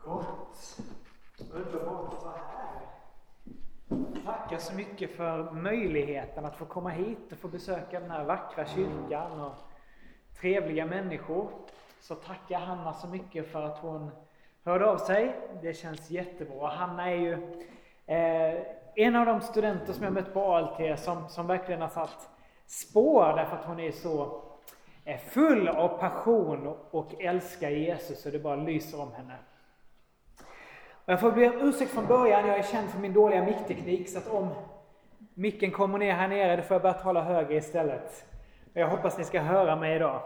Gott. Underbart att vara här. Tackar så mycket för möjligheten att få komma hit och få besöka den här vackra kyrkan och trevliga människor. Så tackar Hanna så mycket för att hon hörde av sig. Det känns jättebra. Hanna är ju en av de studenter som jag mött på ALT som verkligen har satt spår, därför att hon är så full av passion och älskar Jesus, och det bara lyser om henne. Och jag får be om ursäkt från början, jag är känd för min dåliga mickteknik, så att om micken kommer ner här nere, då får jag bara tala högre istället. Och jag hoppas ni ska höra mig idag.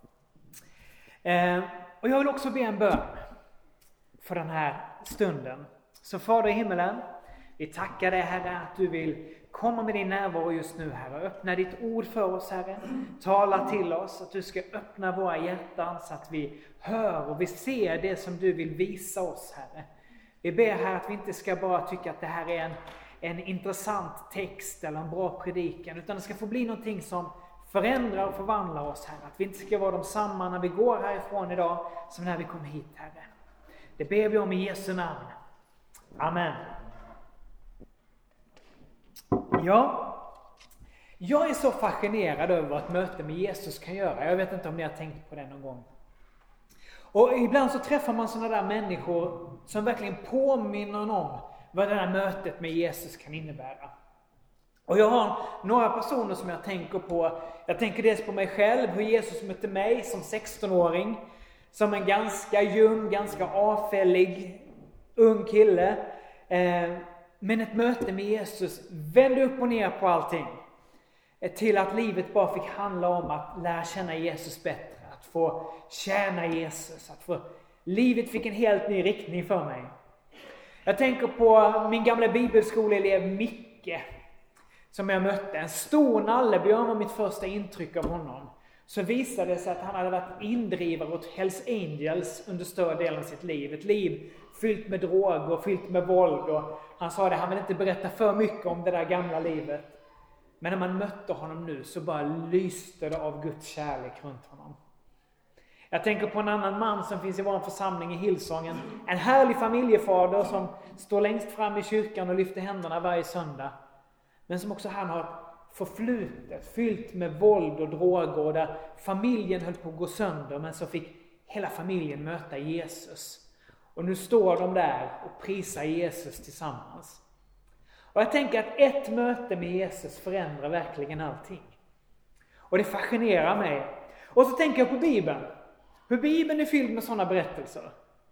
Och jag vill också be en bön för den här stunden. Så Fader i himmelen, vi tackar dig, Herre, att du vill komma med din närvaro just nu, Herre. Öppna ditt ord för oss, Herre. Tala till oss, att du ska öppna våra hjärtan så att vi hör och vi ser det som du vill visa oss, Herre. Vi ber här att vi inte ska bara tycka att det här är en intressant text eller en bra predikan, utan det ska få bli någonting som förändrar och förvandlar oss, Herre. Att vi inte ska vara de samma när vi går härifrån idag som när vi kom hit, Herre. Det ber vi om i Jesu namn. Amen. Ja, jag är så fascinerad över vad ett möte med Jesus kan göra. Jag vet inte om ni har tänkt på det någon gång. Och ibland så träffar man sådana där människor som verkligen påminner om vad det där mötet med Jesus kan innebära. Och jag har några personer som jag tänker på. Jag tänker dels på mig själv, hur Jesus mötte mig som 16-åring. Som en ganska ljum, ganska avfällig, ung kille. Men ett möte med Jesus vände upp och ner på allting. Till att livet bara fick handla om att lära känna Jesus bättre. Att få tjäna Jesus. Livet fick en helt ny riktning för mig. Jag tänker på min gamla bibelskoleelev Micke. Som jag mötte. En stor nallebjörn var mitt första intryck av honom. Så visade det sig att han hade varit indrivare åt Hells Angels under större delen av sitt liv. Ett liv fyllt med droger, fyllt med våld. Och han sa det, han vill inte berätta för mycket om det där gamla livet. Men när man mötte honom nu så bara lyste det av Guds kärlek runt honom. Jag tänker på en annan man som finns i vår församling i Hillsong. En härlig familjefader som står längst fram i kyrkan och lyfter händerna varje söndag. Men som också han har förflutet, fyllt med våld och droger, där familjen höll på att gå sönder, men så fick hela familjen möta Jesus. Och nu står de där och prisar Jesus tillsammans. Och jag tänker att ett möte med Jesus förändrar verkligen allting. Och det fascinerar mig. Och så tänker jag på Bibeln. Hur Bibeln är fylld med sådana berättelser.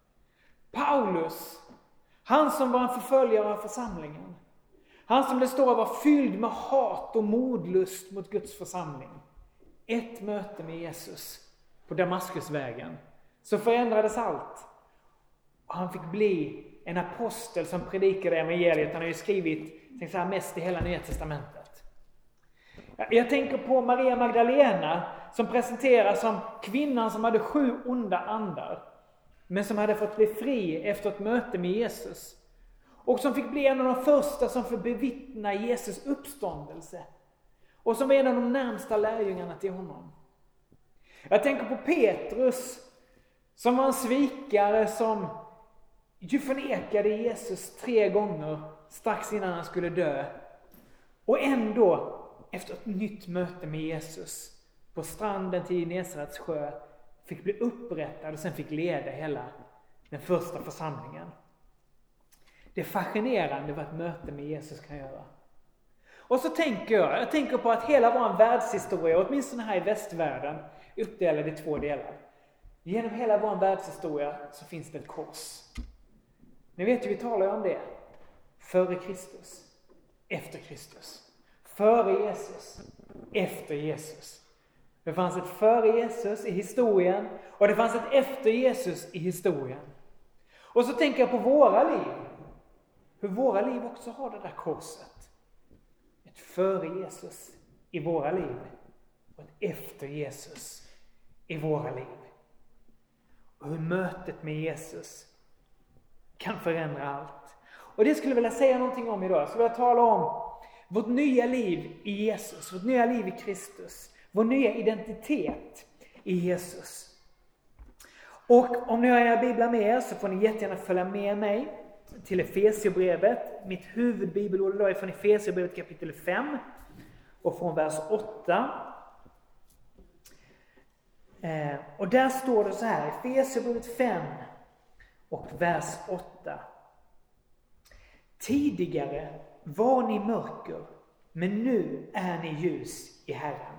Paulus, han som var en förföljare av församlingen. Han som det står var fylld med hat och modlust mot Guds församling. Ett möte med Jesus på Damaskusvägen. Så förändrades allt. Och han fick bli en apostel som predikade evangeliet. Han har ju skrivit så här, mest i hela Nya Testamentet. Jag tänker på Maria Magdalena som presenteras som kvinnan som hade 7 onda andar. Men som hade fått bli fri efter ett möte med Jesus. Och som fick bli en av de första som får bevittna Jesus uppståndelse. Och som var en av de närmsta lärjungarna till honom. Jag tänker på Petrus som var en svikare som ju förnekade Jesus 3 gånger strax innan han skulle dö. Och ändå efter ett nytt möte med Jesus på stranden till Genesarets sjö fick bli upprättad och sen fick leda hela den första församlingen. Det är fascinerande vad ett möte med Jesus kan göra. Och så tänker jag tänker på att hela vår världshistoria, åtminstone här i västvärlden, är uppdelad i 2 delar. Genom hela vår världshistoria så finns det ett kors. Ni vet ju, vi talar ju om det. Före Kristus, efter Kristus. Före Jesus, efter Jesus. Det fanns ett före Jesus i historien och det fanns ett efter Jesus i historien. Och så tänker jag på våra liv. Hur våra liv också har det där korset. Ett före Jesus i våra liv och ett efter Jesus i våra liv. Och hur mötet med Jesus kan förändra allt. Och det skulle jag vilja säga någonting om idag. Så vill jag tala om vårt nya liv i Jesus, vårt nya liv i Kristus, vår nya identitet i Jesus. Och om ni har era biblar med er så får ni jättegärna följa med mig till Efesierbrevet. Mitt huvudbibelord idag är från Efesierbrevet kapitel 5 och från vers 8. Och där står det så här, Efesierbrevet 5 och vers 8. Tidigare var ni mörker, men nu är ni ljus i Herren.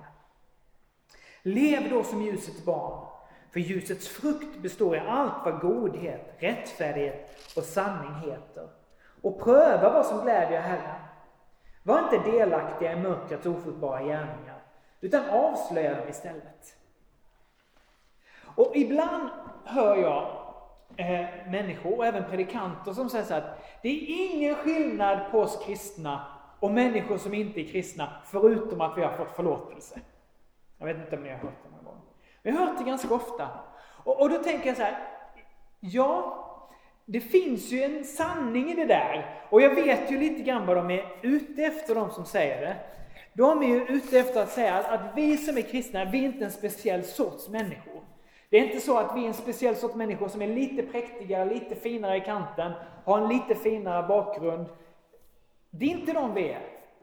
Lev då som ljusets barn, för ljusets frukt består i allt vad godhet, rättfärdighet och sanning heter. Och pröva vad som glädjer Herren. Var inte delaktiga i mörkrets ofruktbara gärningar, utan avslöja dem istället. Och ibland hör jag människor och även predikanter som säger så att det är ingen skillnad på oss kristna och människor som inte är kristna, förutom att vi har fått förlåtelse. Jag vet inte om ni har hört det någon gång. Vi har hört det ganska ofta. Och då tänker jag så här, ja, det finns ju en sanning i det där. Och jag vet ju lite grann vad de är ute efter, de som säger det. De är ju ute efter att säga att vi som är kristna, vi är inte en speciell sorts människor. Det är inte så att vi är en speciell sorts människor som är lite präktigare, lite finare i kanten, har en lite finare bakgrund. Det är inte de vi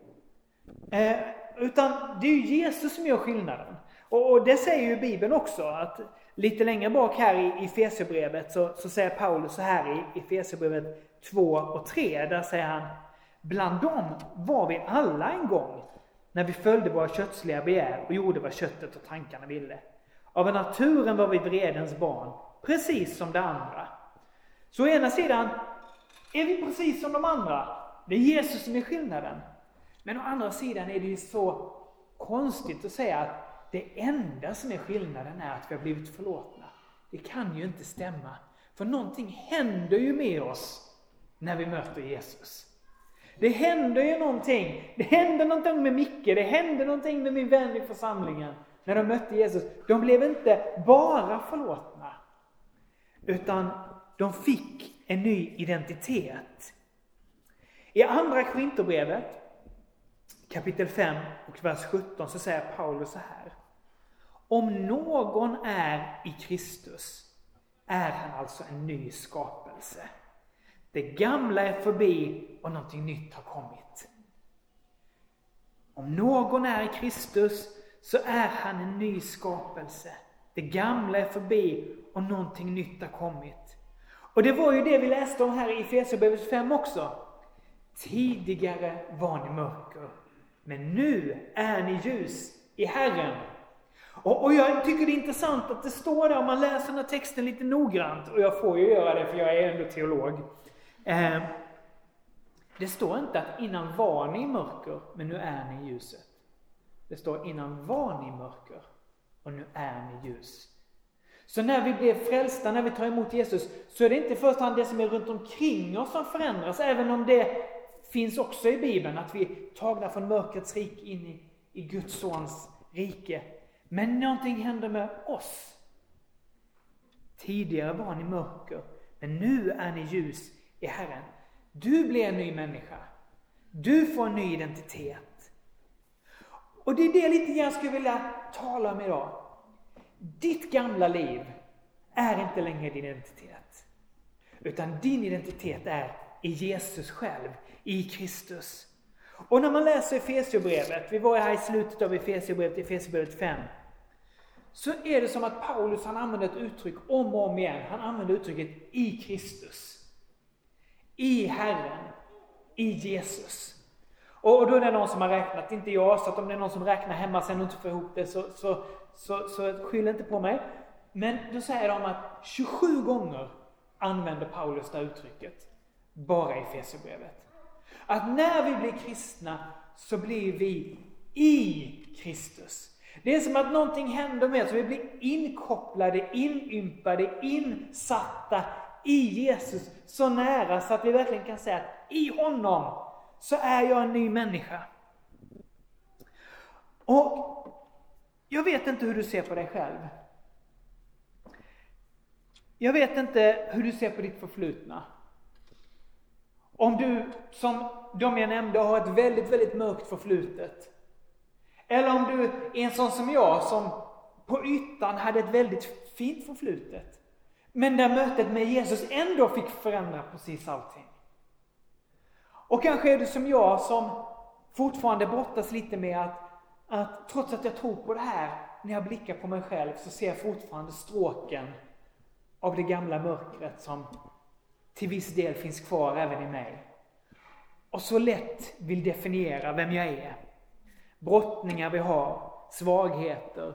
är. Utan det är ju Jesus som gör skillnaden. Och det säger ju Bibeln också, att lite längre bak här i Efesierbrevet så säger Paulus så här i Efesierbrevet 2 och 3, där säger han: bland dem var vi alla en gång, när vi följde våra kötsliga begär och gjorde vad köttet och tankarna ville. Av naturen var vi vredens barn, precis som de andra. Så å ena sidan är vi precis som de andra. Det är Jesus som är skillnaden. Men å andra sidan är det ju så konstigt att säga att det enda som är skillnaden är att vi har blivit förlåtna. Det kan ju inte stämma. För någonting händer ju med oss när vi möter Jesus. Det händer ju någonting. Det händer någonting med Micke. Det händer någonting med min vän i församlingen. När de mötte Jesus. De blev inte bara förlåtna. Utan de fick en ny identitet. I andra Korinthierbrevet kapitel 5 och vers 17 så säger Paulus så här: om någon är i Kristus är han alltså en ny skapelse. Det gamla är förbi och någonting nytt har kommit. Om någon är i Kristus så är han en ny skapelse. Det gamla är förbi och någonting nytt har kommit. Och det var ju det vi läste om här i Efesierbrevet 5 också. Tidigare var ni mörker, men nu är ni ljus i Herren. Och jag tycker det är intressant att det står där, om man läser den här texten lite noggrant, och jag får ju göra det för jag är ändå teolog. Det står inte att innan var ni mörker, men nu är ni ljuset. Det står innan var ni mörker och nu är ni ljus. Så när vi blir frälsta, när vi tar emot Jesus, så är det inte i första hand det som är runt omkring oss som förändras, även om det finns också i Bibeln att vi är tagna från mörkrets rike in i Guds sons rike. Men någonting händer med oss. Tidigare var ni mörker, men nu är ni ljus i Herren. Du blir en ny människa. Du får en ny identitet. Och det är det lite jag skulle vilja tala om idag. Ditt gamla liv är inte längre din identitet. Utan din identitet är i Jesus själv, i Kristus. Och när man läser Efesierbrevet, vi var här i slutet av Efesierbrevet 5, så är det som att Paulus, han använder ett uttryck om och om igen. Han använder uttrycket i Kristus, i Herren, i Jesus. Och då är det någon som har räknat, inte jag, så att om det är någon som räknar hemma sen och inte får ihop det, så skyll inte på mig. Men då säger de att 27 gånger använder Paulus det här uttrycket bara i Efesierbrevet. Att när vi blir kristna så blir vi i Kristus. Det är som att någonting händer med oss. Vi blir inkopplade, inympade, insatta i Jesus så nära så att vi verkligen kan säga att i honom så är jag en ny människa. Och jag vet inte hur du ser på dig själv. Jag vet inte hur du ser på ditt förflutna. Om du, som de jag nämnde, har ett väldigt, väldigt mörkt förflutet. Eller om du är en sån som jag, som på ytan hade ett väldigt fint förflutet. Men där mötet med Jesus ändå fick förändra precis allting. Och kanske är det som jag som fortfarande brottas lite med att trots att jag tror på det här, när jag blickar på mig själv så ser jag fortfarande stråken av det gamla mörkret som till viss del finns kvar även i mig. Och så lätt vill definiera vem jag är. Brottningar vi har, svagheter.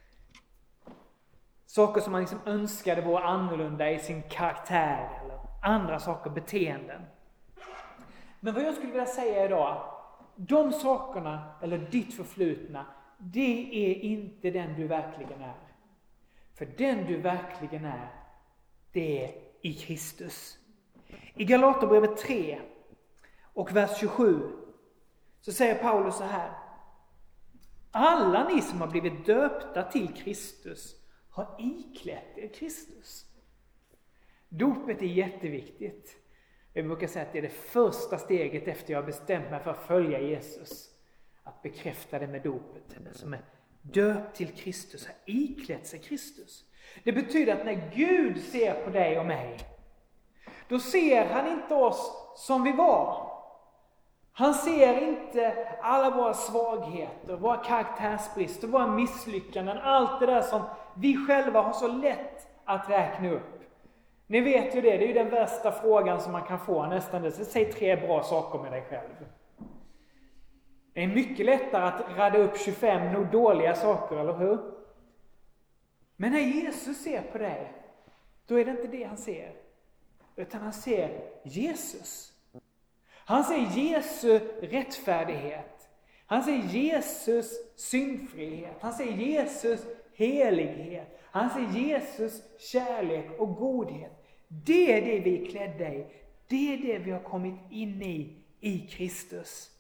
Saker som man liksom önskade vara annorlunda i sin karaktär eller andra saker, beteenden. Men vad jag skulle vilja säga idag, de sakerna eller ditt förflutna, det är inte den du verkligen är. För den du verkligen är, det är i Kristus. I Galaterbrevet 3 och vers 27 så säger Paulus så här: alla ni som har blivit döpta till Kristus har iklätt er Kristus. Dopet är jätteviktigt. Jag brukar säga att det är det första steget efter jag har bestämt mig för att följa Jesus. Att bekräfta det med dopet. Den som är döpt till Kristus har iklätt sig Kristus. Det betyder att när Gud ser på dig och mig, då ser han inte oss som vi var. Han ser inte alla våra svagheter, våra karaktärsbrister, våra misslyckanden, allt det där som vi själva har så lätt att räkna upp. Ni vet ju det är ju den värsta frågan som man kan få nästan. Det säg 3 bra saker med dig själv. Det är mycket lättare att rada upp 25 dåliga saker, eller hur? Men när Jesus ser på dig, då är det inte det han ser. Utan han ser Jesus. Han ser Jesu rättfärdighet. Han ser Jesus syndfrihet. Han ser Jesus helighet. Han ser Jesus kärlek och godhet. Det är det vi är klädda i. Det är det vi har kommit in i Kristus.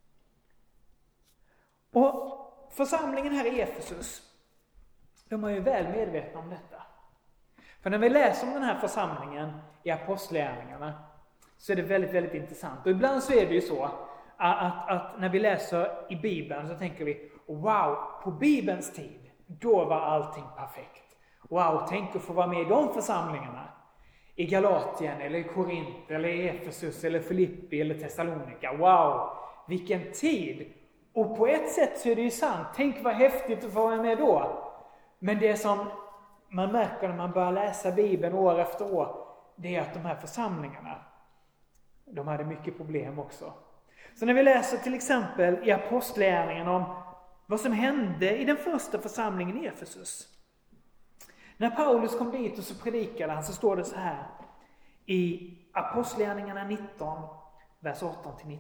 Och församlingen här i Efesus, de är ju väl medvetna om detta. För när vi läser om den här församlingen i apostlagärningarna så är det väldigt, väldigt intressant. Och ibland så är det ju så att när vi läser i Bibeln så tänker vi, wow, på Bibelns tid, då var allting perfekt. Wow, tänk att få vara med i de församlingarna. I Galatien, eller i Korint, eller i Efesus, eller Filippi, eller Thessalonika. Wow, vilken tid! Och på ett sätt så är det ju sant. Tänk vad häftigt att få vara med då. Men det som man märker när man börjar läsa Bibeln år efter år, det är att de här församlingarna, de hade mycket problem också. Så när vi läser till exempel i apostlagärningarna om vad som hände i den första församlingen i Efesus. När Paulus kom dit och så predikade han, så står det så här i apostlagärningarna 19, vers 18-19.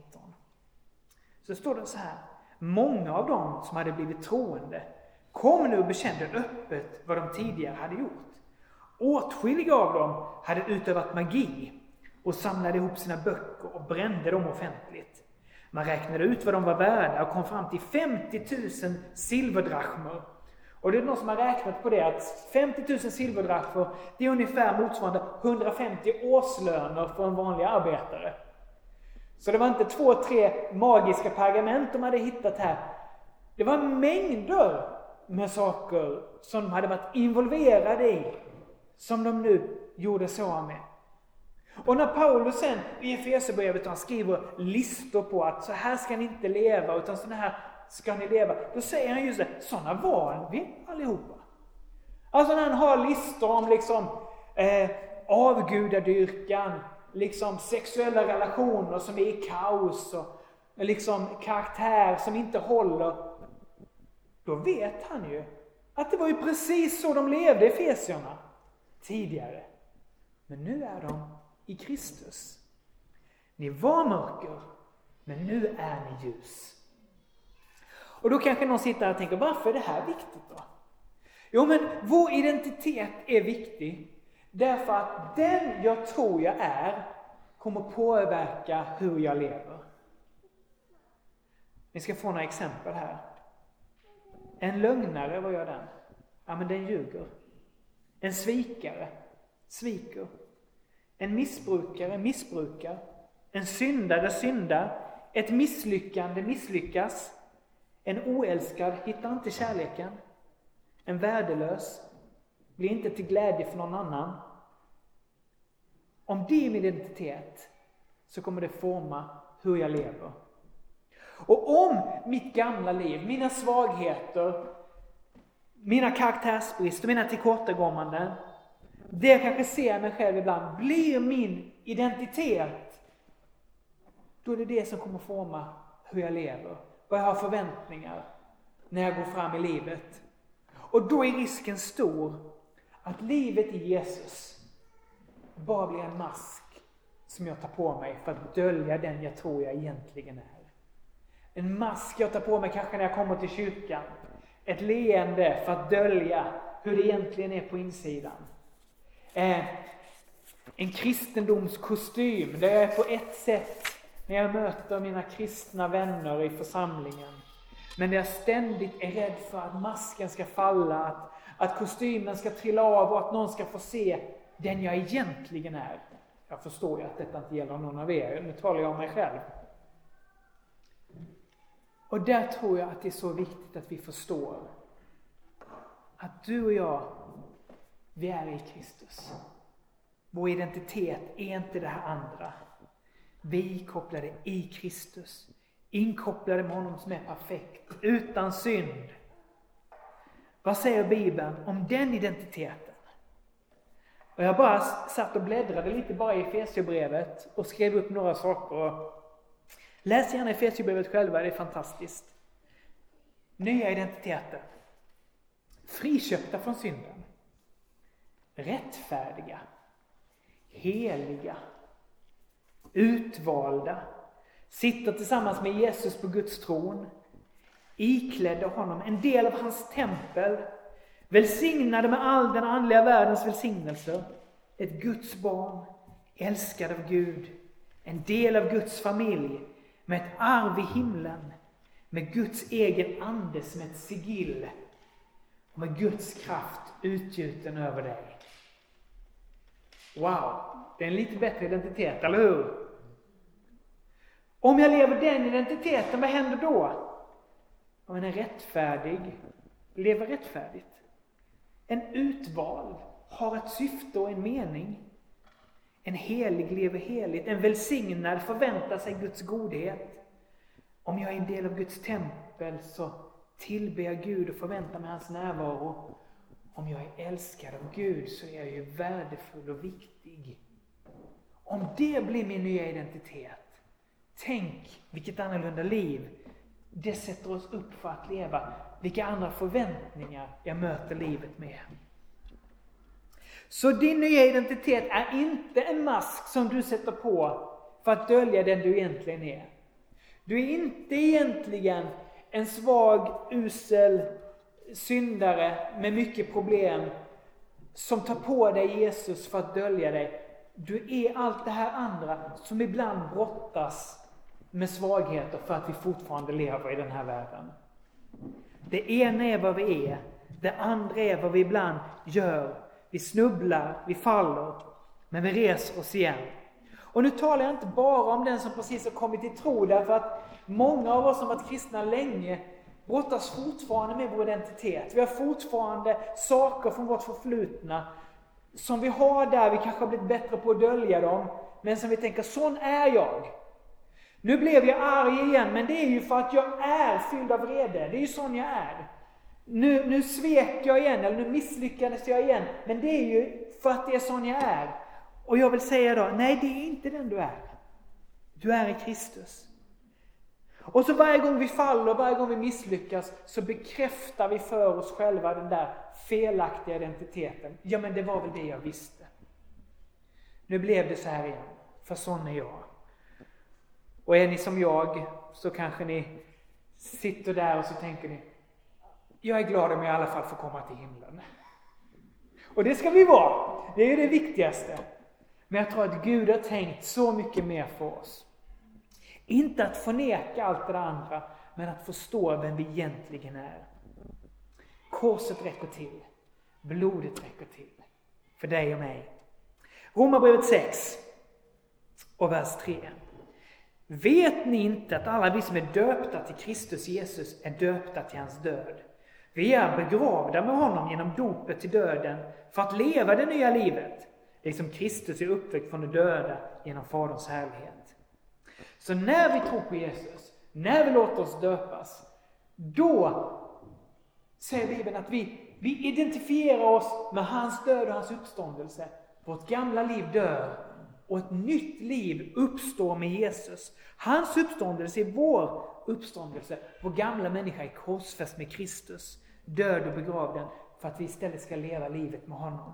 Så står det så här: många av dem som hade blivit troende kom nu och bekände öppet vad de tidigare hade gjort. Åtskilliga av dem hade utövat magi och samlade ihop sina böcker och brände dem offentligt. Man räknade ut vad de var värda och kom fram till 50 000 silverdrachmer. Och det är någon som har räknat på det, att 50 000 silverdrachmer, det är ungefär motsvarande 150 årslöner för en vanlig arbetare. Så det var inte 2-3 magiska pergament de hade hittat här. Det var mängder med saker som de hade varit involverade i, som de nu gjorde så med. Och när Paulus sen i Efesierbrevet han skriver listor på att så här ska ni inte leva, utan så här ska ni leva, då säger han just det, sådana var vi allihopa. Alltså när han har listor om liksom avgudadyrkan, liksom sexuella relationer som är i kaos och liksom karaktär som inte håller, då vet han ju att det var ju precis så de levde i Efesierna tidigare. Men nu är de i Kristus. Ni var mörker, men nu är ni ljus. Och då kanske någon sitter och tänker, varför är det här viktigt då? Jo, men vår identitet är viktig därför att den jag tror jag är kommer påverka hur jag lever. Ni ska få några exempel här. En lögnare, vad gör den? Ja, men den ljuger. En svikare sviker. En missbrukare missbrukar. En syndare syndar. Ett misslyckande misslyckas. En oälskad hittar inte kärleken. En värdelös blir inte till glädje för någon annan. om det är min identitet, så kommer det forma hur jag lever. Och om mitt gamla liv, mina svagheter, mina karaktärsbrister, mina tillkortakommanden, det jag kanske ser mig själv ibland, blir min identitet, då är det det som kommer forma hur jag lever. Vad jag har förväntningar när jag går fram i livet. Och då är risken stor att livet i Jesus bara blir en mask som jag tar på mig för att dölja den jag tror jag egentligen är. En mask jag tar på mig kanske när jag kommer till kyrkan. Ett leende för att dölja hur det egentligen är på insidan. En kristendomskostym där jag är på ett sätt när jag möter mina kristna vänner i församlingen. Men där jag ständigt är rädd för att masken ska falla, att kostymen ska trilla av och att någon ska få se den jag egentligen är. Jag förstår ju att detta inte gäller någon av er, nu talar jag om mig själv. Och där tror jag att det är så viktigt att vi förstår att du och jag, vi är i Kristus. Vår identitet är inte det här andra. Vi är kopplade i Kristus. Inkopplade med honom som är perfekt, utan synd. Vad säger Bibeln om den identiteten? Och jag bara satt och bläddrade lite bara i Efesierbrevet och skrev upp några saker. Läs gärna Efesierbrevet själva, det är fantastiskt. Nya identiteter. Friköpta från synden. Rättfärdiga. Heliga. Utvalda. Sitter tillsammans med Jesus på Guds tron. Iklädda honom, en del av hans tempel. Välsignade med all den andliga världens välsignelser. Ett Guds barn, älskad av Gud. En del av Guds familj. Med ett arv i himlen. Med Guds egen ande som ett sigill. Och med Guds kraft utgjuten över dig. Wow, det är en lite bättre identitet, eller hur? Om jag lever den identiteten, vad händer då? Om en är rättfärdig, lever rättfärdigt. En utvald har ett syfte och en mening. En helig lever heligt. En välsignad förväntar sig Guds godhet. Om jag är en del av Guds tempel så tillber jag Gud och förväntar mig hans närvaro. Om jag är älskad av Gud så är jag ju värdefull och viktig. Om det blir min nya identitet, tänk vilket annorlunda liv det sätter oss upp för att leva. Vilka andra förväntningar jag möter livet med. Så din nya identitet är inte en mask som du sätter på för att dölja den du egentligen är. Du är inte egentligen en svag, usel syndare med mycket problem som tar på dig Jesus för att dölja dig. Du är allt det här andra som ibland brottas med svagheter för att vi fortfarande lever i den här världen. Det ena är vad vi är. Det andra är vad vi ibland gör. Vi snubblar, vi faller, men vi reser oss igen. Och nu talar jag inte bara om den som precis har kommit till tro, därför att många av oss som varit kristna länge brottas fortfarande med vår identitet. Vi har fortfarande saker från vårt förflutna som vi har där, vi kanske har blivit bättre på att dölja dem, men som vi tänker, sån är jag. Nu blev jag arg igen, men det är ju för att jag är fylld av vrede. Det är ju sån jag är. Nu svek jag igen, eller nu misslyckades jag igen. Men det är ju för att det är sån jag är. Och jag vill säga då, nej, det är inte den du är. Du är i Kristus. Och så varje gång vi faller, varje gång vi misslyckas, så bekräftar vi för oss själva den där felaktiga identiteten. Ja, men det var väl det jag visste. Nu blev det så här igen, för sån är jag. Och är ni som jag, så kanske ni sitter där och så tänker ni, jag är glad om jag i alla fall får komma till himlen. Och det ska vi vara. Det är ju det viktigaste. Men jag tror att Gud har tänkt så mycket mer för oss. Inte att förneka allt det andra, men att förstå vem vi egentligen är. Korset räcker till. Blodet räcker till. För dig och mig. Romarbrevet 6 och vers 3. Vet ni inte att alla vi som är döpta till Kristus Jesus är döpta till hans död? Vi är begravda med honom genom dopet till döden för att leva det nya livet. liksom Kristus är uppväckt från de döda genom Faderns härlighet. Så när vi tror på Jesus, när vi låter oss döpas, då säger Bibeln att vi identifierar oss med hans död och hans uppståndelse. Vårt gamla liv dör och ett nytt liv uppstår med Jesus. Hans uppståndelse är vår uppståndelse. Vår gamla människa är korsfäst med Kristus, död och begravd, för att vi istället ska leva livet med honom.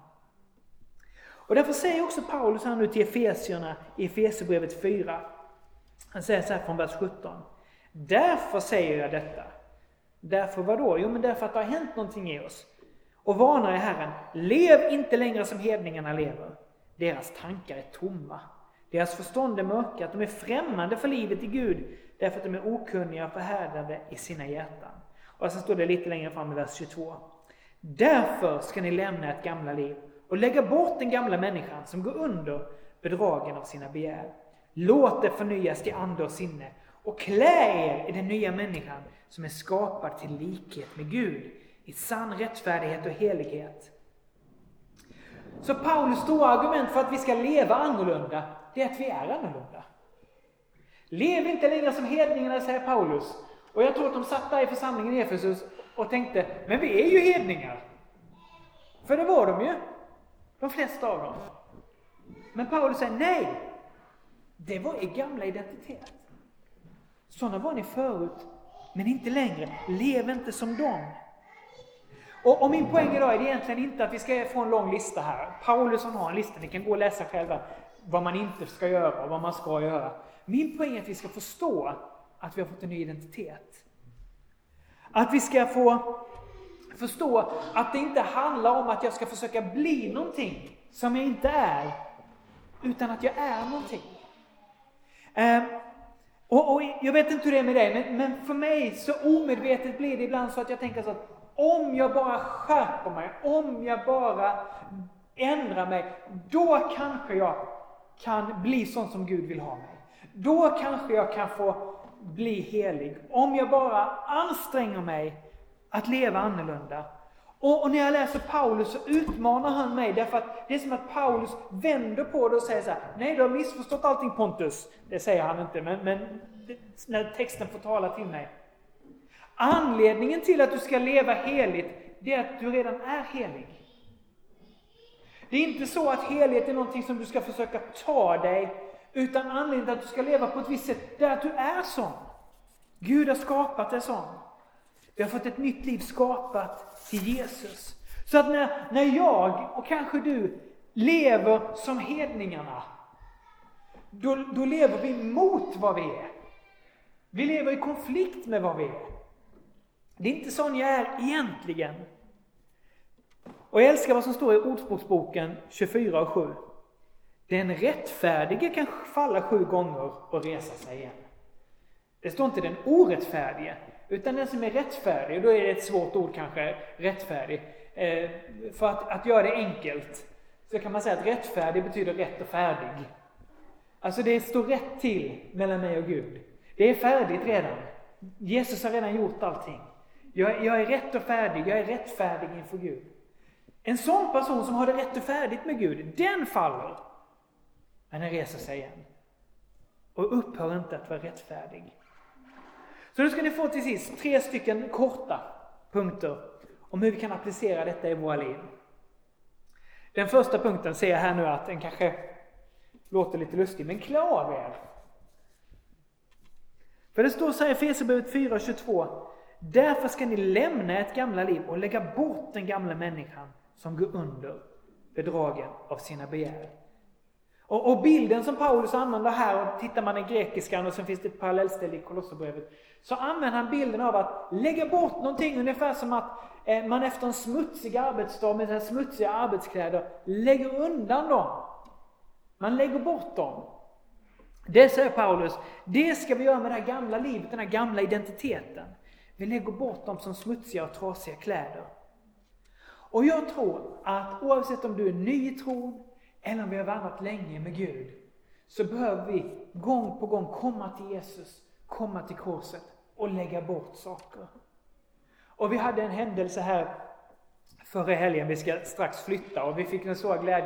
Och därför säger också Paulus här nu till Efesierna i Efesierbrevet 4. Han säger så här från vers 17. Därför säger jag detta. Därför vad då? Jo, men därför att det har hänt någonting i oss. Och varnar i Herren, lev inte längre som hedningarna lever. Deras tankar är tomma. Deras förstånd är mörkat. De är främmande för livet i Gud, därför att de är okunniga och förhärdade i sina hjärtan. Och så står det lite längre fram i vers 22. Därför ska ni lämna ett gamla liv och lägga bort den gamla människan som går under bedragen av sina begär. Låt det förnyas till ande och sinne och klä er i den nya människan som är skapad till likhet med Gud i sann rättfärdighet och helighet. Så Paulus stora argument för att vi ska leva annorlunda, det är att vi är annorlunda. Lev inte längre som hedningarna, säger Paulus. Och jag tror att de satt där i församlingen i Efesus och tänkte, men vi är ju hedningar. För det var de ju, de flesta av dem. Men Paulus säger, nej, det var er gamla identitet. Sådana var ni förut, men inte längre. Lev inte som dem. Och min poäng idag är egentligen inte att vi ska få en lång lista här. Paulus har en lista, ni kan gå och läsa själva vad man inte ska göra och vad man ska göra. Min poäng är att vi ska förstå att vi har fått en ny identitet. Att vi ska få förstå att det inte handlar om att jag ska försöka bli någonting som jag inte är, utan att jag är någonting. Och jag vet inte hur det är med dig, men för mig så omedvetet blir det ibland så att jag tänker så att om jag bara skärper mig, om jag bara ändrar mig, då kanske jag kan bli sån som Gud vill ha mig. Då kanske jag kan få bli helig. Om jag bara anstränger mig att leva annorlunda. Och när jag läser Paulus så utmanar han mig, därför att det är som att Paulus vänder på det och säger så här: nej, du har missförstått allting, Pontus. Det säger han inte, men när texten får tala till mig. Anledningen till att du ska leva heligt, det är att du redan är helig. Det är inte så att helighet är någonting som du ska försöka ta dig, utan anledningen till att du ska leva på ett visst sätt, det är att du är sån. Gud har skapat dig sån. Vi har fått ett nytt liv skapat till Jesus. Så att när jag och kanske du lever som hedningarna, då lever vi mot vad vi är. Vi lever i konflikt med vad vi är. Det är inte sån jag är egentligen. Och jag älskar vad som står i Ordspråksboken 24:7. Den rättfärdige kan falla 7 gånger och resa sig igen. Det står inte den orättfärdige, utan den som är rättfärdig. Och då är det ett svårt ord kanske, rättfärdig. För att göra det enkelt så kan man säga att rättfärdig betyder rätt och färdig. Alltså det står rätt till mellan mig och Gud. Det är färdigt redan. Jesus har redan gjort allting. Jag är rätt och färdig, jag är rättfärdig inför Gud. En sån person som har det rätt och färdigt med Gud, den faller. Men den reser sig igen. Och upphör inte att vara rättfärdig. Så nu ska ni få till sist 3 stycken korta punkter om hur vi kan applicera detta i våra liv. Den första punkten ser jag här nu att den kanske låter lite lustig, men klä av er. För det står så här i Efesierbrevet 4:22. Därför ska ni lämna ett gamla liv och lägga bort den gamla människan som går under bedragen av sina begär. Och bilden som Paulus använder här, och tittar man i grekiskan och sen finns det ett parallellställe i Kolosserbrevet, så använder han bilden av att lägga bort någonting, ungefär som att man efter en smutsig arbetsdag med så här smutsiga arbetskläder lägger undan dem. Man lägger bort dem. Det säger Paulus, det ska vi göra med det här gamla livet, den här gamla identiteten. Vi lägger bort dem som smutsiga och trasiga kläder. Och jag tror att oavsett om du är ny i tron eller om vi har vandrat länge med Gud, så behöver vi gång på gång komma till Jesus, komma till korset och lägga bort saker. Och vi hade en händelse här förra helgen, vi ska strax flytta, och vi fick den stora glädjen att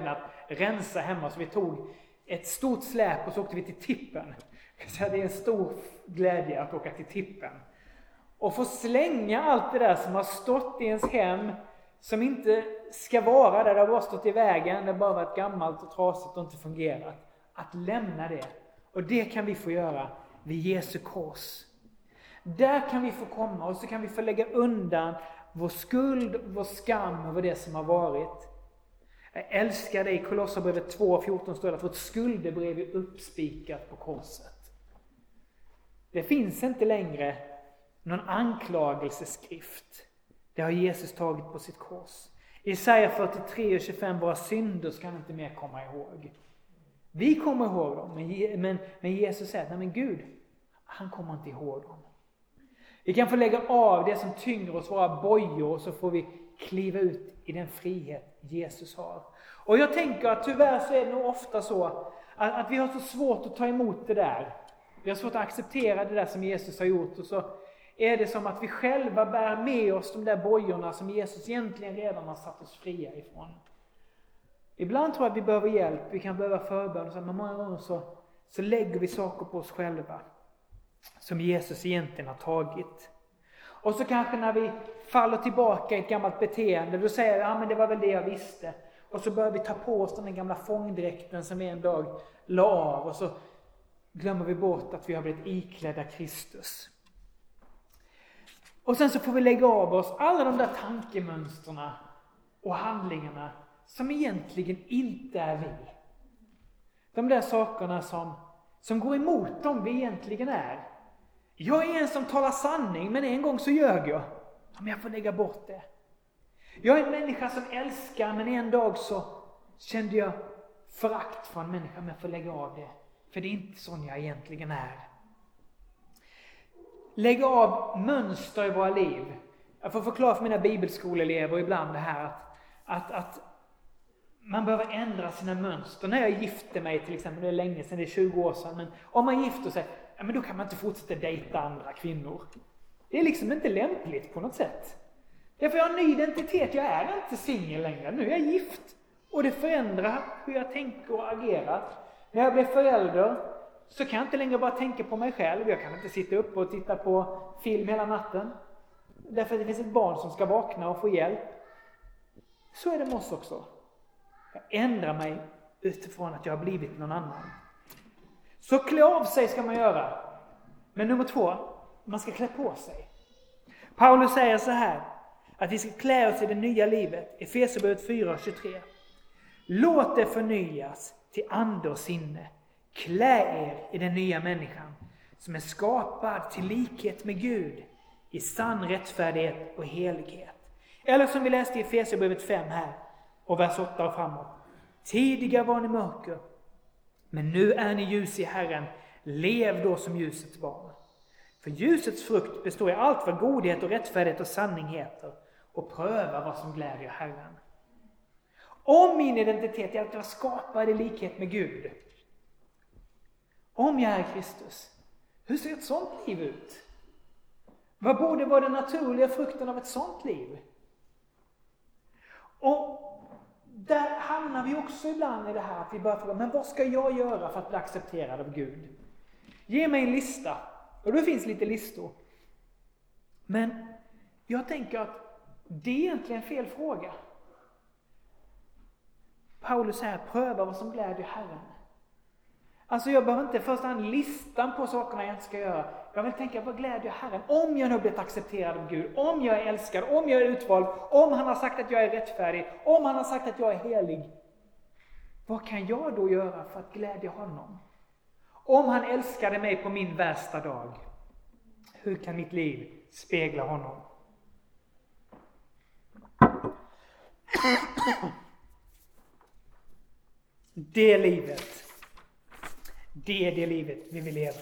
rensa hemma. Så vi tog ett stort släp och så åkte vi till tippen. Så det är en stor glädje att åka till tippen. Och få slänga allt det där som har stått i ens hem, som inte ska vara där, det har bara stått i vägen, det har bara varit gammalt och trasigt och inte fungerat. Att lämna det. Och det kan vi få göra vid Jesu kors. Där kan vi få komma och så kan vi få lägga undan vår skuld, vår skam över det som har varit. Jag älskar dig. I Kolosserbrevet 2:14 står det att vårt skuldebrev är uppspikat på korset. Det finns inte längre någon anklagelseskrift. Det har Jesus tagit på sitt kors. I Jesaja 43:25, våra synder ska han inte mer komma ihåg. Vi kommer ihåg dem, men Jesus säger att nej men Gud, han kommer inte ihåg dem. Vi kan få lägga av det som tynger oss, våra bojor, och så får vi kliva ut i den frihet Jesus har. Och jag tänker att tyvärr så är det nog ofta så att vi har så svårt att ta emot det där. Vi har svårt att acceptera det där som Jesus har gjort, och så är det som att vi själva bär med oss de där bojorna som Jesus egentligen redan har satt oss fria ifrån. Ibland tror jag att vi behöver hjälp, vi kan behöva förbön, men många gånger så lägger vi saker på oss själva som Jesus egentligen har tagit. Och så kanske när vi faller tillbaka i ett gammalt beteende, då säger vi, ja men det var väl det jag visste. Och så börjar vi ta på oss den gamla fångdräkten som vi en dag la av, och så glömmer vi bort att vi har blivit iklädda Kristus. Och sen så får vi lägga av oss alla de där tankemönsterna och handlingarna som egentligen inte är vi. De där sakerna som går emot dem vi egentligen är. Jag är en som talar sanning, men en gång så ljög jag. Men jag får lägga bort det. Jag är en människa som älskar, men en dag så kände jag förakt för en människa, men jag får lägga av det. För det är inte sån jag egentligen är. Lägga av mönster i våra liv. Jag får förklara för mina bibelskoleelever ibland det här att man behöver ändra sina mönster. När jag gifte mig till exempel, det är länge sedan, det är 20 år sedan, men om man gifter sig, ja, men då kan man inte fortsätta dejta andra kvinnor. Det är liksom inte lämpligt på något sätt. Därför jag har en ny identitet, jag är inte singel längre, nu är jag gift. Och det förändrar hur jag tänker och agerar. När jag blir förälder så kan jag inte längre bara tänka på mig själv. Jag kan inte sitta upp och titta på film hela natten. Därför att det finns ett barn som ska vakna och få hjälp. Så är det med oss också. Jag ändrar mig utifrån att jag har blivit någon annan. Så klä av sig ska man göra. Men nummer 2, man ska klä på sig. Paulus säger så här, att vi ska klä oss i det nya livet. Efesierbrevet 4:23. Låt det förnyas till ande och sinne. Klä er i den nya människan som är skapad till likhet med Gud i sann rättfärdighet och helighet. Eller som vi läste i Efesierbrevet 5 här och vers 8 och framåt. Tidigare var ni mörker, men nu är ni ljus i Herren. Lev då som ljusets barn. För ljusets frukt består i allt vad godhet och rättfärdighet och sanning heter, och pröva vad som glädjer Herren. Om min identitet är att jag skapar i likhet med Gud, om jag är Kristus, hur ser ett sånt liv ut? Vad borde vara den naturliga frukten av ett sånt liv? Och där hamnar vi också ibland i det här att vi börjar fråga, men vad ska jag göra för att bli accepterad av Gud? Ge mig en lista. Och då finns lite listor. Men jag tänker att det är egentligen fel fråga. Paulus säger, pröva vad som glädjer Herren. Alltså jag behöver inte först en listan på sakerna jag inte ska göra. Jag vill tänka, vad glädjer Herren? Om jag nu blivit accepterad av Gud, om jag är älskad, om jag är utvald, om han har sagt att jag är rättfärdig, om han har sagt att jag är helig. Vad kan jag då göra för att glädja honom? Om han älskade mig på min värsta dag, hur kan mitt liv spegla honom? Det livet vi vill leva.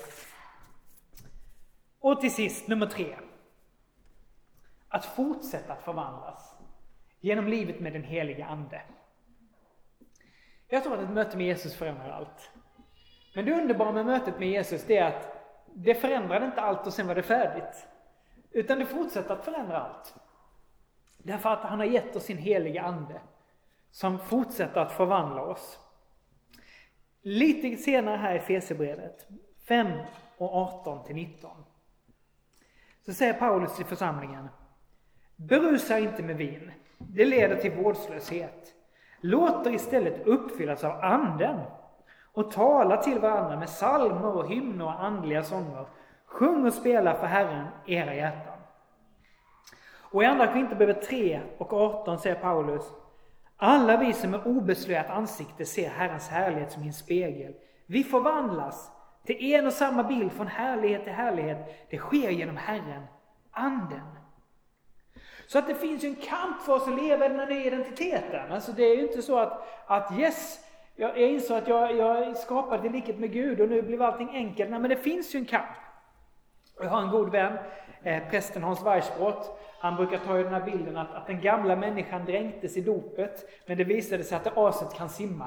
Och till sist, nummer 3. Att fortsätta att förvandlas genom livet med den heliga ande. Jag tror att ett möte med Jesus förändrar allt. Men det underbara med mötet med Jesus är att det förändrade inte allt och sen var det färdigt. Utan det fortsätter att förändra allt. Därför att han har gett oss sin heliga ande som fortsätter att förvandla oss. Lite senare här i Efesierbrevet 5 och 18-19 så säger Paulus till församlingen: berusa inte med vin, det leder till vårdslöshet. Låt er istället uppfyllas av anden och tala till varandra med psalmer och hymner och andliga sånger. Sjung och spela för Herren era hjärtan. Och i andra Korinthierbrevet 3 och 18 säger Paulus: alla vi som är obeslöjat ansikte ser Herrens härlighet som i en spegel. Vi förvandlas till en och samma bild från härlighet till härlighet. Det sker genom Herren, anden. Så att det finns ju en kamp för oss att leva i den här nya identiteten. Alltså det är ju inte så att jag insåg att jag skapade i likhet med Gud och nu blev allting enkelt. Nej, men det finns ju en kamp. Jag har en god vän, prästen Hans Weissbrott. Han brukar ta i den här bilden att den gamla människan dränktes i dopet, men det visade sig att aset kan simma.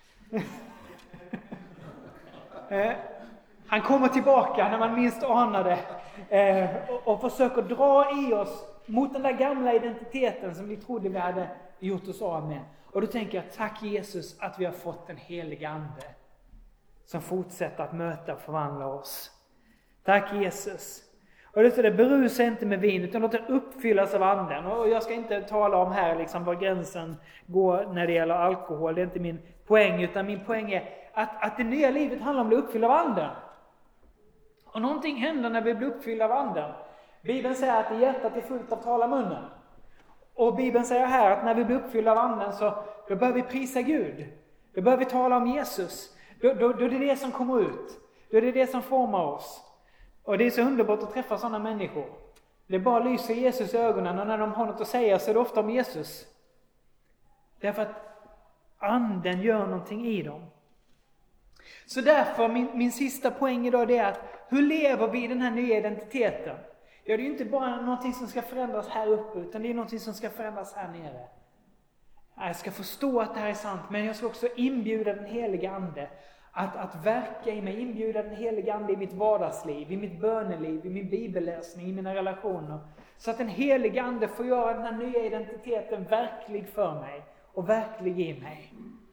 Han kommer tillbaka när man minst anade och försöker dra i oss mot den där gamla identiteten som vi trodde vi hade gjort oss av med. Och då tänker jag, tack Jesus att vi har fått en helig ande som fortsätter att möta och förvandla oss. Tack Jesus. Och det är berusa inte med vin utan låt det uppfyllas av anden. Och jag ska inte tala om här liksom var gränsen går när det gäller alkohol. Det är inte min poäng, utan min poäng är att det nya livet handlar om att bli uppfylld av anden. Och någonting händer när vi blir uppfyllda av anden. Bibeln säger att hjärtat är fullt av tala munnen. Och Bibeln säger här att när vi blir uppfyllda av anden så då bör vi prisa Gud. Då bör vi tala om Jesus. Då är det det som kommer ut. Då är det det som formar oss. Och det är så underbart att träffa sådana människor. Det bara lyser Jesus i ögonen och när de har något att säga så är det ofta om Jesus. Därför att anden gör någonting i dem. Så därför min sista poäng idag är att hur lever vi i den här nya identiteten? Ja, det är ju inte bara någonting som ska förändras här uppe utan det är någonting som ska förändras här nere. Jag ska förstå att det här är sant, men jag ska också inbjuda den heliga ande att verka i mig, inbjuda den heliga ande i mitt vardagsliv, i mitt böneliv, i min bibelläsning, i mina relationer. Så att den heliga ande får göra den här nya identiteten verklig för mig och verklig i mig.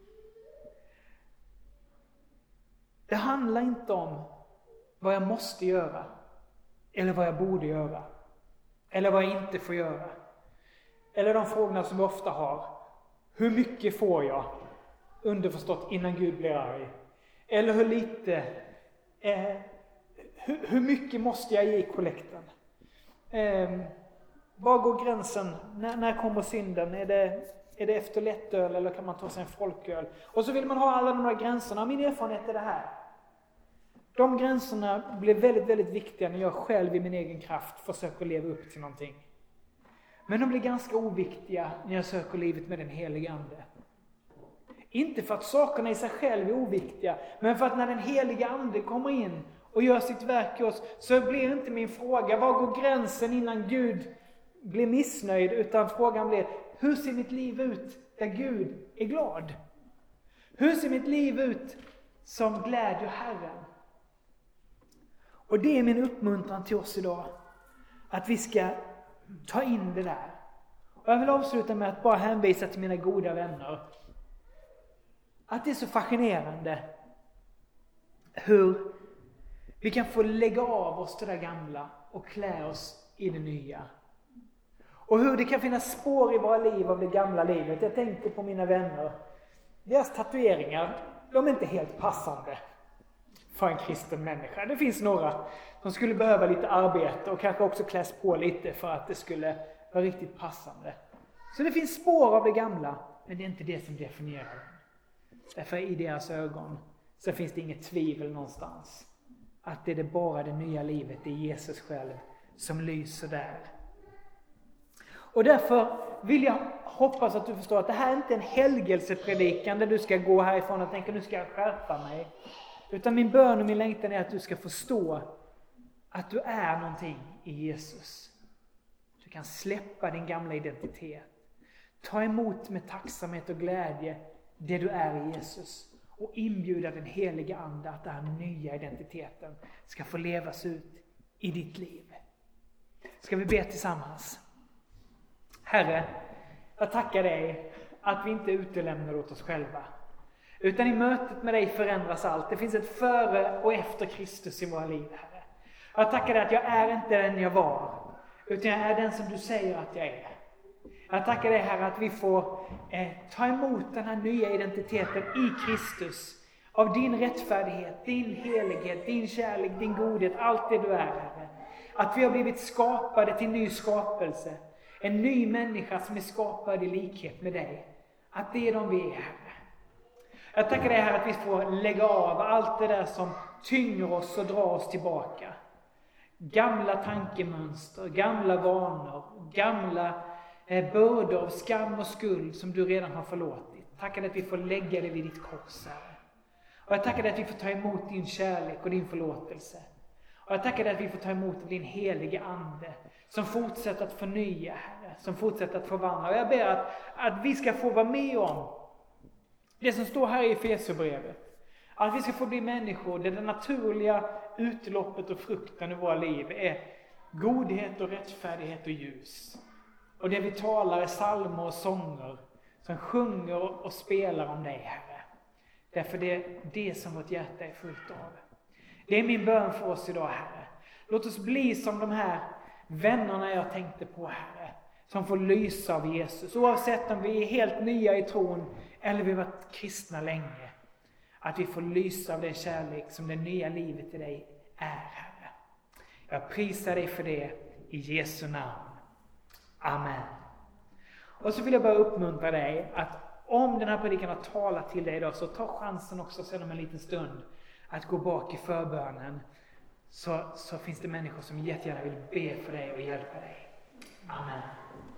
Det handlar inte om vad jag måste göra eller vad jag borde göra eller vad jag inte får göra. Eller de frågorna som vi ofta har. Hur mycket får jag? Underförstått innan Gud blir arg. Eller hur lite? Hur mycket måste jag ge i kollekten? Var går gränsen? När kommer synden? Är det efter lättöl eller kan man ta sig en folköl? Och så vill man ha alla de här gränserna. Min erfarenhet är det här. De gränserna blir väldigt, väldigt viktiga när jag själv i min egen kraft försöker leva upp till någonting. Men de blir ganska oviktiga när jag söker livet med den heliga ande. Inte för att sakerna i sig själv är oviktiga, men för att när den heliga ande kommer in och gör sitt verk i oss så blir inte min fråga, var går gränsen innan Gud blir missnöjd? Utan frågan blir, hur ser mitt liv ut där Gud är glad? Hur ser mitt liv ut som glädjer Herren? Och det är min uppmuntran till oss idag. Att vi ska ta in det där. Och jag vill avsluta med att bara hänvisa till mina goda vänner. Att det är så fascinerande hur vi kan få lägga av oss det där gamla och klä oss i det nya. Och hur det kan finnas spår i våra liv av det gamla livet. Jag tänker på mina vänner. Deras tatueringar, de är inte helt passande för en kristen människa. Det finns några som skulle behöva lite arbete och kanske också kläs på lite för att det skulle vara riktigt passande. Så det finns spår av det gamla, men det är inte det som definierar dem. Därför i deras ögon så finns det inget tvivel någonstans. Att det är bara det nya livet, det är Jesus själv som lyser där. Och därför vill jag hoppas att du förstår att det här är inte en helgelsepredikan där du ska gå härifrån och tänka nu ska jag skärpa mig. Utan min bön och min längtan är att du ska förstå att du är någonting i Jesus. Du kan släppa din gamla identitet. Ta emot med tacksamhet och glädje det du är i Jesus. Och inbjuda den heliga ande att den här nya identiteten ska få levas ut i ditt liv. Ska vi be tillsammans? Herre, jag tackar dig att vi inte utelämnar åt oss själva. Utan i mötet med dig förändras allt. Det finns ett före och efter Kristus i våra liv, Herre. Jag tackar dig att jag är inte den jag var, utan jag är den som du säger att jag är. Jag tackar dig, Herre, att vi får ta emot den här nya identiteten i Kristus. Av din rättfärdighet, din helighet, din kärlek, din godhet, allt det du är, Herre. Att vi har blivit skapade till ny skapelse. En ny människa som är skapad i likhet med dig. Att det är de vi är, Herre. Jag tackar dig, Herre, att vi får lägga av allt det där som tynger oss och drar oss tillbaka. Gamla tankemönster, gamla vanor, gamla bördor av skam och skuld som du redan har förlåtit. Tackar dig att vi får lägga det vid ditt kors, Herre. Och jag tackar dig att vi får ta emot din kärlek och din förlåtelse. Och jag tackar dig att vi får ta emot din helige ande som fortsätter att förnya, Herre, som fortsätter att förvandla. Och jag ber att vi ska få vara med om det som står här i Efesierbrevet. Att vi ska få bli människor där det naturliga utloppet och frukten i våra liv är godhet och rättfärdighet och ljus. Och det vi talar är psalmer och sånger som sjunger och spelar om dig, Herre. Därför det är det som vårt hjärta är fullt av. Det är min bön för oss idag, Herre. Låt oss bli som de här vännerna jag tänkte på, Herre. Som får lysa av Jesus. Oavsett om vi är helt nya i tron eller vi har varit kristna länge. Att vi får lysa av den kärlek som det nya livet i dig är, Herre. Jag prisar dig för det i Jesu namn. Amen. Och så vill jag bara uppmuntra dig att om den här predikan har talat till dig idag, så ta chansen också sen om en liten stund att gå bak i förbönen. Så finns det människor som jättegärna vill be för dig och hjälpa dig. Amen.